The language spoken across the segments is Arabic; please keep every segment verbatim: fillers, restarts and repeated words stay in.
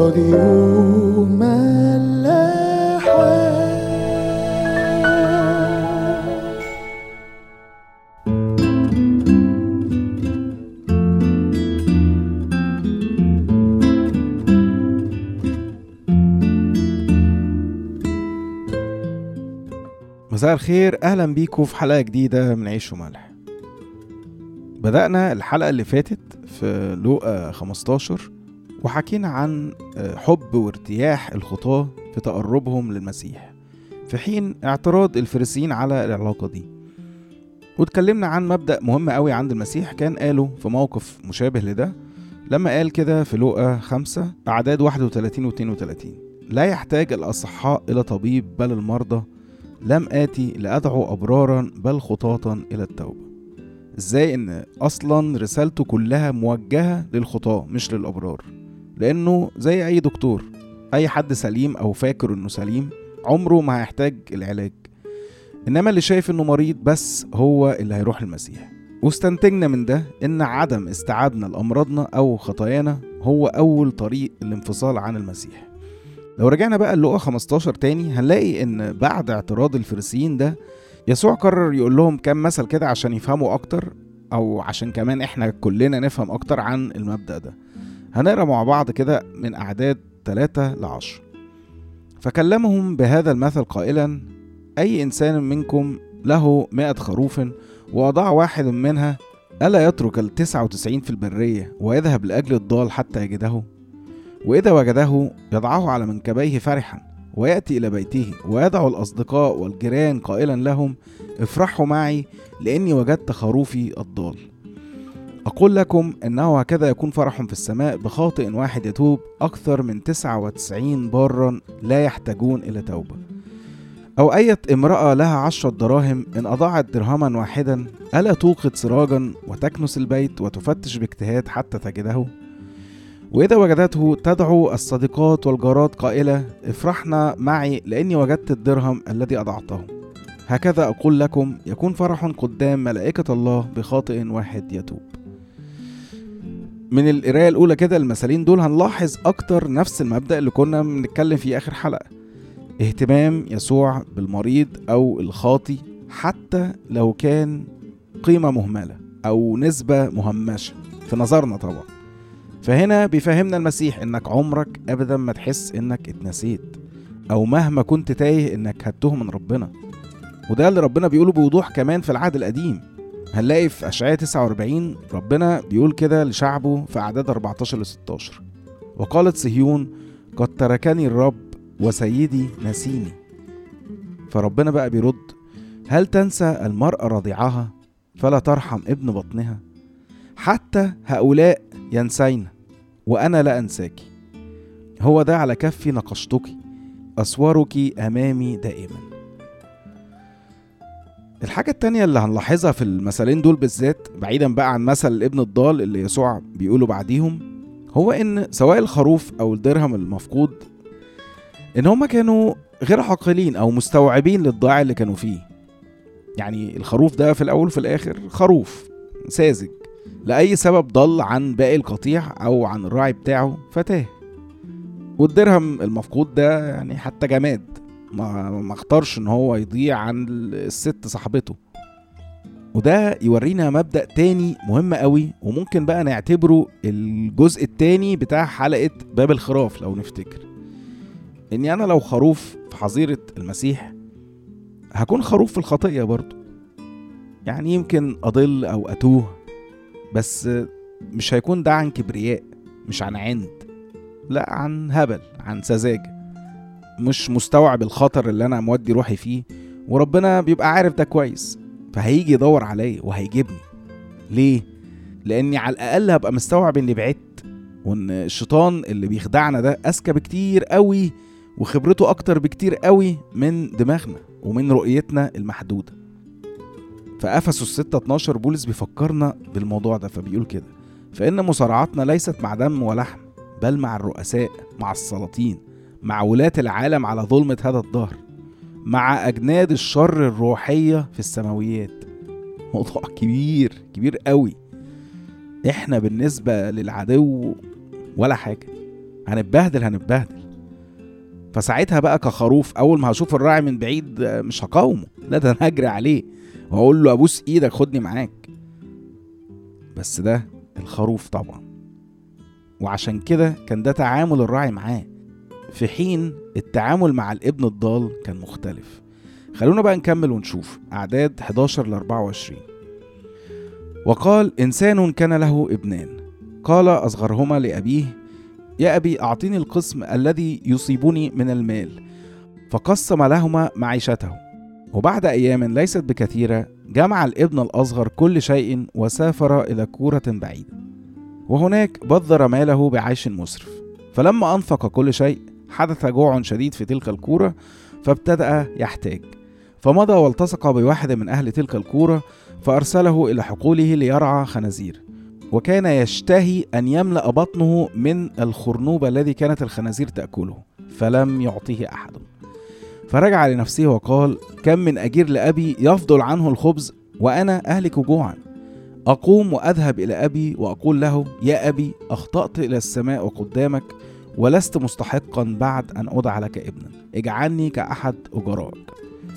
راديو ملاحة. مساء الخير، أهلا بيكم في حلقة جديدة من عيش وملح. بدأنا الحلقة اللي فاتت في لوقا خمستاشر وحكينا عن حب وارتياح الخطاة في تقربهم للمسيح في حين اعتراض الفريسيين على العلاقة دي، واتكلمنا عن مبدأ مهم قوي عند المسيح كان قاله في موقف مشابه لده لما قال كده في لوقا خمسة أعداد واحد وثلاثين و اثنين وثلاثين: لا يحتاج الأصحاء إلى طبيب بل المرضى، لم آتي لأدعو أبرارا بل خطاطا إلى التوبة. إزاي إن أصلا رسالته كلها موجهة للخطاة مش للأبرار، لأنه زي أي دكتور، أي حد سليم أو فاكر إنه سليم عمره ما هيحتاج العلاج، إنما اللي شايف إنه مريض بس هو اللي هيروح المسيح. واستنتجنا من ده إن عدم استيعابنا لأمراضنا أو خطايانا هو أول طريق الانفصال عن المسيح. لو رجعنا بقى للوقا خمستاشر تاني هنلاقي إن بعد اعتراض الفريسيين ده يسوع قرر يقول لهم كام مثل كده عشان يفهموا أكتر، أو عشان كمان إحنا كلنا نفهم أكتر عن المبدأ ده. هنقرأ مع بعض كده من أعداد ثلاثة لعشر. فكلمهم بهذا المثل قائلا: أي إنسان منكم له مائة خروف وأضاع واحد منها، ألا يترك التسعة وتسعين في البرية ويذهب لأجل الضال حتى يجده؟ وإذا وجده يضعه على منكبيه فرحا، ويأتي إلى بيته ويدعو الأصدقاء والجيران قائلا لهم: افرحوا معي لأني وجدت خروفي الضال. أقول لكم أنه هكذا يكون فرح في السماء بخاطئ واحد يتوب أكثر من تسعة وتسعين بارا لا يحتاجون إلى توبة. أو أية امرأة لها عشرة دراهم إن أضاعت درهما واحدا، ألا توقد سراجا وتكنس البيت وتفتش باجتهاد حتى تجده؟ وإذا وجدته تدعو الصديقات والجارات قائلة: افرحنا معي لأني وجدت الدرهم الذي أضعته. هكذا أقول لكم يكون فرح قدام ملائكة الله بخاطئ واحد يتوب. من القراءة الأولى كده المثالين دول هنلاحظ أكتر نفس المبدأ اللي كنا بنتكلم فيه آخر حلقة، اهتمام يسوع بالمريض أو الخاطي حتى لو كان قيمة مهملة أو نسبة مهمشة في نظرنا طبعا. فهنا بيفهمنا المسيح إنك عمرك أبدا ما تحس إنك اتنسيت، أو مهما كنت تايه إنك هتوه من ربنا. وده اللي ربنا بيقوله بوضوح كمان في العهد القديم. هنلاقي في أشعياء تسعة وأربعين ربنا بيقول كده لشعبه في أعداد أربعتاشر لستاشر: وقالت صهيون قد تركني الرب وسيدي نسيني. فربنا بقى بيرد: هل تنسى المرأة رضيعها فلا ترحم ابن بطنها؟ حتى هؤلاء ينسين وأنا لا أنساك. هو ده على كفي نقشتك، أسوارك أمامي دائما. الحاجة التانية اللي هنلاحظها في المثلين دول بالذات، بعيدا بقى عن مثل الابن الضال اللي يسوع بيقوله بعديهم، هو إن سواء الخروف أو الدرهم المفقود إن هما كانوا غير عاقلين أو مستوعبين للضياع اللي كانوا فيه. يعني الخروف ده في الأول وفي الآخر خروف ساذج لأي سبب ضل عن باقي القطيع أو عن الراعي بتاعه فتاه. والدرهم المفقود ده يعني حتى جماد ما, ما اختارش ان هو يضيع عن الست صاحبته. وده يورينا مبدأ تاني مهم قوي، وممكن بقى نعتبره الجزء التاني بتاع حلقة باب الخراف. لو نفتكر اني انا لو خروف في حظيرة المسيح هكون خروف في الخطية برضو، يعني يمكن اضل او اتوه، بس مش هيكون ده عن كبرياء، مش عن عند، لا عن هبل، عن سذاجة، مش مستوعب الخطر اللي انا مودي روحي فيه. وربنا بيبقى عارف ده كويس، فهيجي يدور عليا وهيجيبني. ليه؟ لاني على الاقل هبقى مستوعب اني بعدت، وان الشيطان اللي بيخدعنا ده اذكى بكتير قوي وخبرته اكتر بكتير قوي من دماغنا ومن رؤيتنا المحدودة. فأفسس ستة اتناشر بولس بيفكرنا بالموضوع ده، فبيقول كده: فإن مصارعتنا ليست مع دم ولحم بل مع الرؤساء، مع السلاطين، مع ولاة العالم على ظلمة هذا الدهر، مع أجناد الشر الروحية في السماويات. موضوع كبير كبير قوي. احنا بالنسبة للعدو ولا حاجة، هنتبهدل هنتبهدل. فساعتها بقى كخروف اول ما هشوف الراعي من بعيد مش هقاومه، لا ده انا هجري عليه واقول له ابوس ايدك خدني معاك. بس ده الخروف طبعا، وعشان كده كان ده تعامل الراعي معاه، في حين التعامل مع الابن الضال كان مختلف. خلونا بقى نكمل ونشوف أعداد حداشر لأربعة وعشرين. وقال إنسان كان له ابنان، قال أصغرهما لأبيه يا أبي أعطيني القسم الذي يصيبني من المال، فقسم لهما معيشته. وبعد أيام ليست بكثيرة جمع الابن الأصغر كل شيء وسافر إلى كورة بعيدة، وهناك بذر ماله بعيش مسرف. فلما أنفق كل شيء حدث جوع شديد في تلك الكورة، فابتدأ يحتاج، فمضى والتصق بواحد من أهل تلك الكورة فأرسله إلى حقوله ليرعى خنازير، وكان يشتهي أن يملأ بطنه من الخرنوب الذي كانت الخنازير تأكله، فلم يعطيه أحد. فرجع لنفسه وقال كم من أجير لأبي يفضل عنه الخبز وأنا أهلك جوعا، أقوم وأذهب إلى أبي وأقول له يا أبي أخطأت إلى السماء وقدامك ولست مستحقا بعد أن أدعى لك ابنا، اجعلني كأحد أجرائك.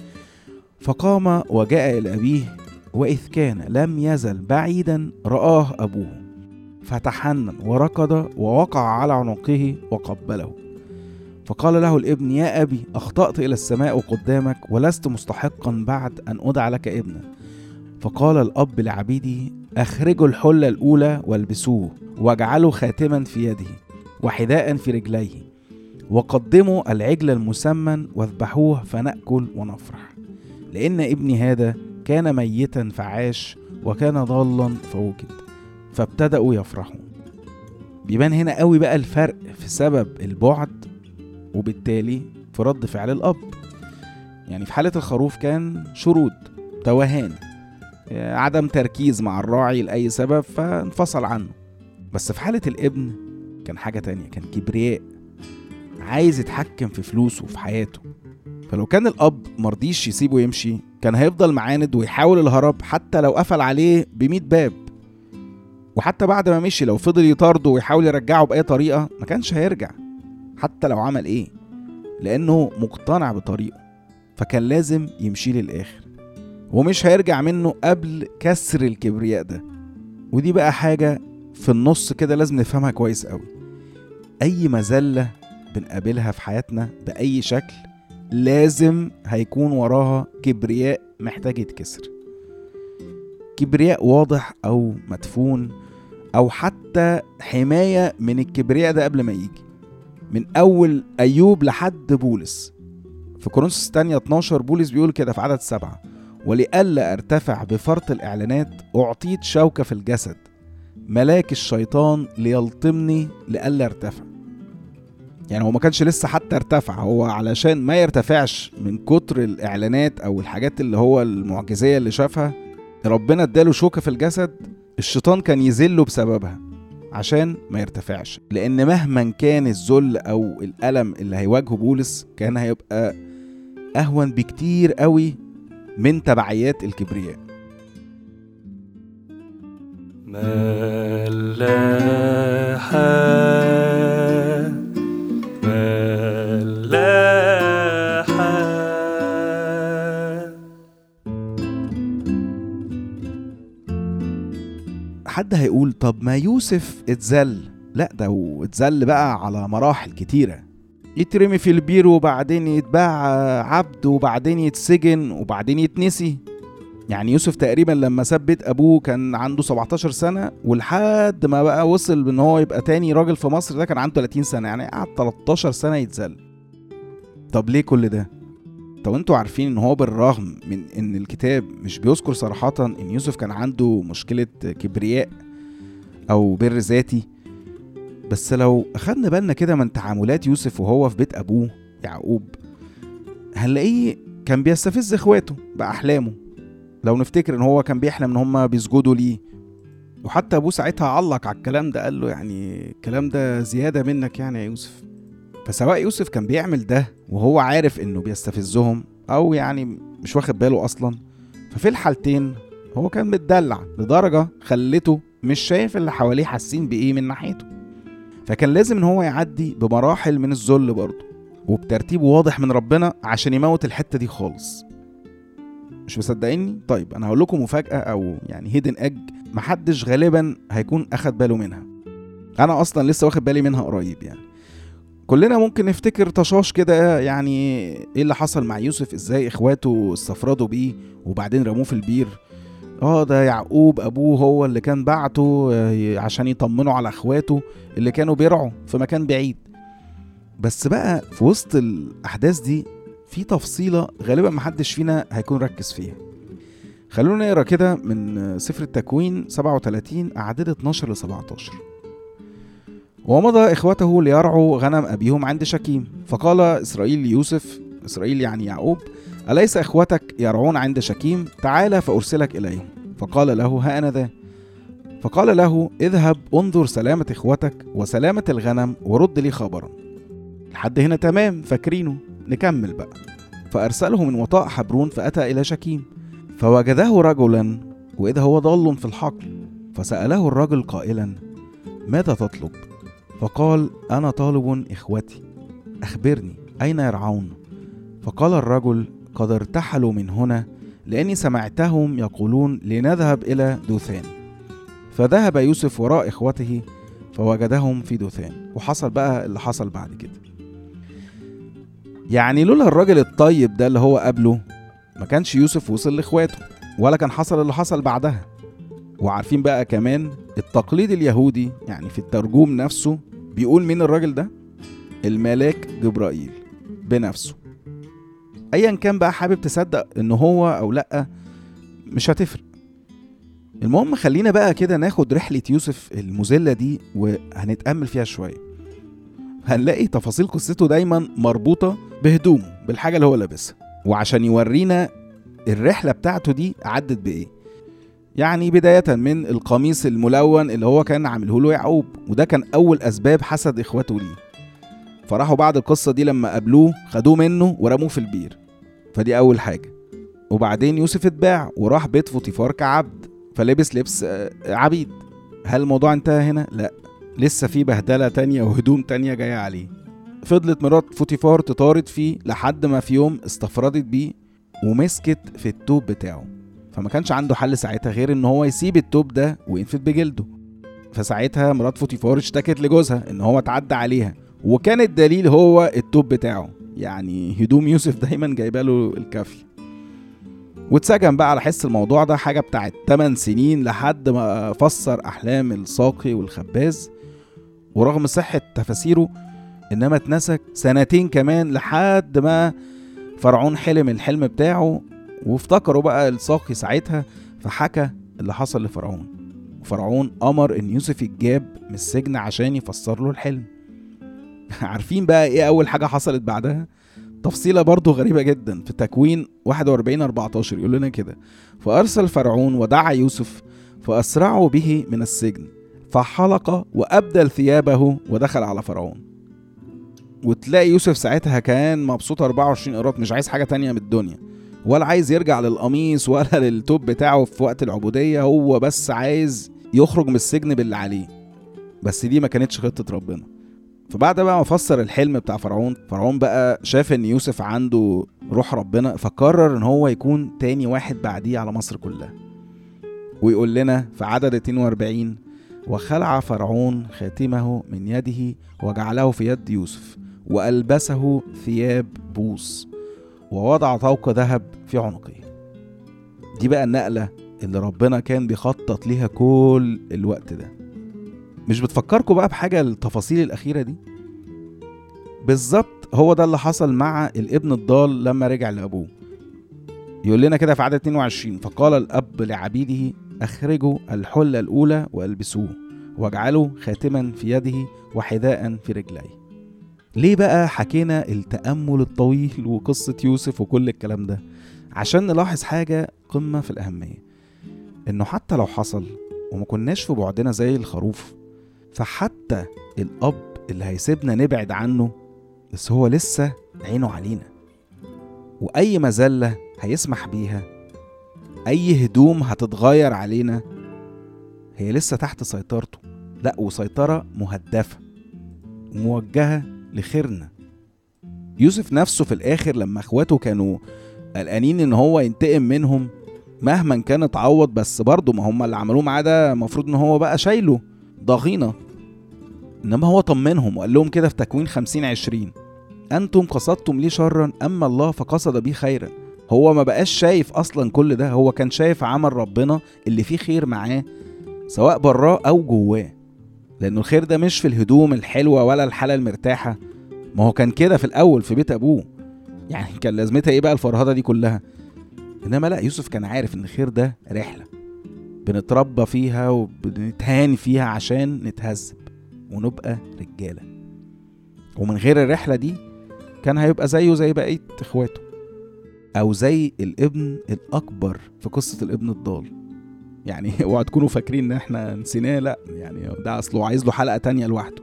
فقام وجاء إلى أبيه، وإذ كان لم يزل بعيدا رآه أبوه، فتحنن وركض ووقع على عنقه وقبله. فقال له الابن يا أبي أخطأت إلى السماء قدامك ولست مستحقا بعد أن أدعى لك ابنا. فقال الأب لعبيده أخرجوا الحلة الأولى والبسوه، واجعلوا خاتما في يده وحذاء في رجليه، وقدموا العجل المسمن واذبحوه فنأكل ونفرح، لأن ابني هذا كان ميتا فعاش وكان ضالا فوجد. فابتدأوا يفرحون. بيبان هنا قوي بقى الفرق في سبب البعد وبالتالي في رد فعل الأب. يعني في حالة الخروف كان شرود، توهان، عدم تركيز مع الراعي لأي سبب فانفصل عنه. بس في حالة الابن كان حاجة تانية، كان كبرياء، عايز يتحكم في فلوسه وفي حياته. فلو كان الأب مرضيش يسيبه يمشي كان هيفضل معاند ويحاول الهرب حتى لو قفل عليه بمئة باب، وحتى بعد ما مشي لو فضل يطارده ويحاول يرجعه بأي طريقة ما كانش هيرجع حتى لو عمل ايه، لأنه مقتنع بطريقه، فكان لازم يمشي للآخر ومش هيرجع منه قبل كسر الكبرياء ده. ودي بقى حاجة في النص كده لازم نفهمها كويس قوي. أي مذلة بنقابلها في حياتنا بأي شكل لازم هيكون وراها كبرياء محتاج يتكسر، كبرياء واضح أو مدفون، أو حتى حماية من الكبرياء ده قبل ما يجي، من أول أيوب لحد بولس. في كورنثوس الثانية اتناشر بولس بيقول كده في عدد سبعة ولئلا ارتفع بفرط الإعلانات أعطيت شوكة في الجسد، ملاك الشيطان ليلطمني لئلا ارتفع. يعني هو ما كانش لسه حتى ارتفع، هو علشان ما يرتفعش من كتر الإعلانات أو الحاجات اللي هو المعجزية اللي شافها، ربنا اداله شوكة في الجسد الشيطان كان يذله بسببها عشان ما يرتفعش. لأن مهما كان الذل أو الألم اللي هيواجهه بولس كان هيبقى أهون بكتير قوي من تبعيات الكبرياء. ملاحة حد هيقول طب ما يوسف اتذل. لا، ده اتذل بقى على مراحل كتيرة، يترمي في البير وبعدين يتباع عبد وبعدين يتسجن وبعدين يتنسي. يعني يوسف تقريبا لما ساب بيت أبوه كان عنده سبعتاشر سنة، ولحد ما بقى وصل بأنه هو يبقى تاني راجل في مصر ده كان عنده تلاتين سنة، يعني قعد تلتاشر سنة يتذل. طب ليه كل ده؟ طب انتوا عارفين ان هو بالرغم من ان الكتاب مش بيذكر صراحة ان يوسف كان عنده مشكلة كبرياء او بر ذاتي، بس لو اخدنا بالنا كده من تعاملات يوسف وهو في بيت ابوه يعقوب هنلاقيه كان بيستفز اخواته باحلامه. لو نفتكر ان هو كان بيحلم ان هم بيسجدوا ليه، وحتى ابوه ساعتها علق على الكلام ده، قال له يعني الكلام ده زيادة منك يعني يا يوسف. فسواء يوسف كان بيعمل ده وهو عارف انه بيستفزهم او يعني مش واخد باله اصلا، ففي الحالتين هو كان متدلع لدرجة خلته مش شايف اللي حواليه حاسين بايه من ناحيته. فكان لازم ان هو يعدي بمراحل من الذل برضه وبترتيب واضح من ربنا عشان يموت الحتة دي خالص. مش مصدقيني؟ طيب انا هقول لكم مفاجأة او يعني هيدن اج محدش غالبا هيكون اخد باله منها، انا اصلا لسه واخد بالي منها قريب. يعني كلنا ممكن نفتكر طشاش كده يعني ايه اللي حصل مع يوسف، ازاي اخواته استفردوا بيه وبعدين رموه في البير. اه ده يعقوب ابوه هو اللي كان بعته عشان يطمنوا على اخواته اللي كانوا بيرعوا في مكان بعيد. بس بقى في وسط الاحداث دي في تفصيلة غالبا محدش فينا هيكون ركز فيها. خلونا نقرا كده من سفر التكوين سبعة وثلاثين أعداد اتناشر لسبعتاشر. ومضى إخوته ليرعوا غنم أبيهم عند شكيم، فقال إسرائيل ليوسف، إسرائيل يعني يعقوب، أليس إخوتك يرعون عند شكيم؟ تعال فأرسلك إليهم. فقال له ها أنا ذا. فقال له اذهب انظر سلامة إخوتك وسلامة الغنم ورد لي خبرا. لحد هنا تمام، فاكرينه؟ نكمل بقى. فأرسله من وطاء حبرون فأتى إلى شكيم فوجده رجلا وإذا هو ضال في الحقل، فسأله الرجل قائلا ماذا تطلب؟ فقال أنا طالب إخوتي، أخبرني أين يرعون؟ فقال الرجل قد ارتحلوا من هنا لأني سمعتهم يقولون لنذهب إلى دوثان. فذهب يوسف وراء إخوته فوجدهم في دوثان. وحصل بقى اللي حصل بعد كده. يعني لولا الراجل الطيب ده اللي هو قبله ما كانش يوسف وصل لإخواته ولا كان حصل اللي حصل بعدها. وعارفين بقى كمان التقليد اليهودي يعني في الترجوم نفسه بيقول مين الراجل ده؟ الملاك جبرائيل بنفسه. ايا كان بقى حابب تصدق انه هو او لأ مش هتفرق. المهم خلينا بقى كده ناخد رحلة يوسف المذلة دي وهنتأمل فيها شوية. هنلاقي تفاصيل قصته دايما مربوطة بهدومه، بالحاجة اللي هو لابسها، وعشان يورينا الرحلة بتاعته دي عدت بإيه. يعني بداية من القميص الملون اللي هو كان عامله له يعقوب، وده كان أول أسباب حسد إخواته ليه. فراحوا بعد القصة دي لما قابلوه خدوه منه ورموه في البير، فدي أول حاجة. وبعدين يوسف اتباع وراح بيت فوتيفار كعبد فلبس لبس عبيد. هل الموضوع انتهى هنا؟ لا، لسه في بهدلة تانية وهدوم تانية جاية عليه. فضلت مرات فوتيفار تطارد فيه لحد ما في يوم استفردت بيه ومسكت في التوب بتاعه، فما كانش عنده حل ساعتها غير ان هو يسيب التوب ده وينفد بجلده. فساعتها مرات فوتيفار اشتكت لجوزها ان هو اتعدى عليها، وكان الدليل هو التوب بتاعه. يعني هدوم يوسف دايما جايباله الكافية. واتسجن بقى على حس الموضوع ده حاجة بتاعت ثمانية سنين لحد ما فسر أحلام الساقي والخباز، ورغم صحة تفاسيره إنما اتنسك سنتين كمان لحد ما فرعون حلم الحلم بتاعه وافتكروا بقى الساقي ساعتها فحكى اللي حصل لفرعون. وفرعون أمر إن يوسف يتجاب من السجن عشان يفسر له الحلم. عارفين بقى إيه أول حاجة حصلت بعدها؟ تفصيلة برضو غريبة جدا في تكوين واحد وأربعين أربعتاشر يقول لنا كده: فأرسل فرعون ودعا يوسف فأسرعوا به من السجن فحلق وأبدل ثيابه ودخل على فرعون. وتلاقي يوسف ساعتها كان مبسوط أربعة وعشرين قيراط، مش عايز حاجة تانية من الدنيا، ولا عايز يرجع للقميص ولا للتوب بتاعه في وقت العبودية، هو بس عايز يخرج من السجن باللي عليه. بس دي ما كانتش خطة ربنا. فبعد بقى ما فسر الحلم بتاع فرعون، فرعون بقى شاف ان يوسف عنده روح ربنا، فقرر ان هو يكون تاني واحد بعديه على مصر كلها. ويقول لنا في عدد اتنين وأربعين: وخلع فرعون خاتمه من يده وجعله في يد يوسف وألبسه ثياب بوص ووضع طوق ذهب في عنقه. دي بقى النقلة اللي ربنا كان بيخطط ليها كل الوقت ده. مش بتفكركوا بقى بحاجة التفاصيل الأخيرة دي؟ بالظبط هو ده اللي حصل مع الابن الضال لما رجع لأبوه. يقول لنا كده في عدد اتنين وعشرين: فقال الأب لعبيده أخرجوا الحلة الأولى وألبسوه واجعلوا خاتما في يده وحذاء في رجليه. ليه بقى حكينا التأمل الطويل وقصة يوسف وكل الكلام ده؟ عشان نلاحظ حاجة قمة في الأهمية، إنه حتى لو حصل وما كناش في بعدنا زي الخروف، فحتى الأب اللي هيسيبنا نبعد عنه بس هو لسه عينه علينا. وأي مذلة هيسمح بيها، أي هدوم هتتغير علينا، هي لسه تحت سيطرته. لا، وسيطرة مهدفة موجهة لخيرنا. يوسف نفسه في الآخر لما اخواته كانوا قلقانين ان هو ينتقم منهم مهما كان اتعوض، بس برضه ما هم اللي عملوه معاه ده مفروض ان هو بقى شايله ضغينة، انما هو طمنهم وقال لهم كده في تكوين خمسين عشرين: انتم قصدتم لي شرا اما الله فقصد بي خيرا. هو ما بقاش شايف اصلا كل ده، هو كان شايف عمل ربنا اللي فيه خير معاه سواء براه او جواه، لانه الخير ده مش في الهدوم الحلوة ولا الحالة المرتاحة. ما هو كان كده في الاول في بيت ابوه، يعني كان لازمتها ايه بقى الفرهدة دي كلها؟ انما لا، يوسف كان عارف ان الخير ده رحلة بنتربى فيها وبنتهان فيها عشان نتهذب ونبقى رجالة، ومن غير الرحلة دي كان هيبقى زيه زي بقية اخواته، او زي الابن الاكبر في قصة الابن الضال. يعني اوعى تكونوا فاكرين ان احنا نسيناه، لا، يعني ده اصله عايز له حلقة تانية لوحده.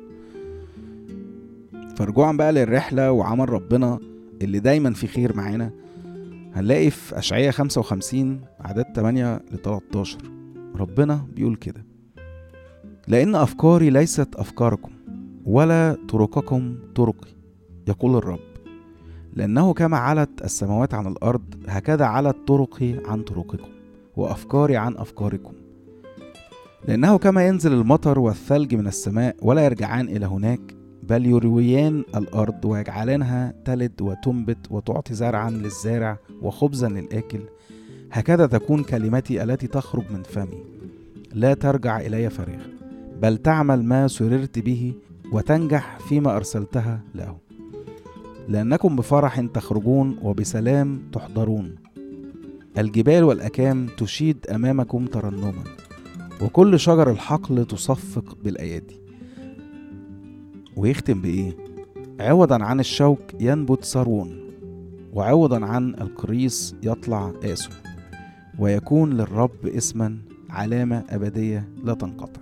فرجوعا بقى للرحلة وعمل ربنا اللي دايما في خير معانا، هنلاقي في أشعياء خمسة وخمسين عدد ثمانية لتلتاشر ربنا بيقول كده: لأن أفكاري ليست أفكاركم ولا طرقكم طرقي، يقول الرب، لأنه كما علت السماوات عن الأرض هكذا علت طرقي عن طرقكم وأفكاري عن أفكاركم. لأنه كما ينزل المطر والثلج من السماء ولا يرجعان إلى هناك، بل يرويان الأرض ويجعلانها تلد وتنبت وتعطي زرعا للزارع وخبزا للآكل، هكذا تكون كلمتي التي تخرج من فمي، لا ترجع إلي فارغة، بل تعمل ما سررت به وتنجح فيما أرسلتها له. لأنكم بفرح تخرجون وبسلام تحضرون، الجبال والأكام تشيد أمامكم ترنما، وكل شجر الحقل تصفق بالأيادي. ويختم بإيه؟ عوضا عن الشوك ينبت سرون، وعوضا عن القريص يطلع آسو، ويكون للرب اسما علامة أبدية لا تنقطع.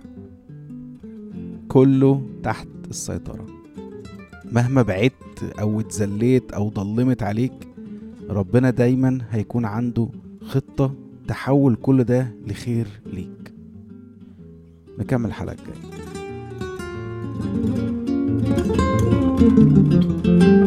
كله تحت السيطرة. مهما بعدت أو اتزليت أو ضلمت عليك، ربنا دايما هيكون عنده خطة تحول كل ده لخير ليك. نكمل الحلقة الجاية.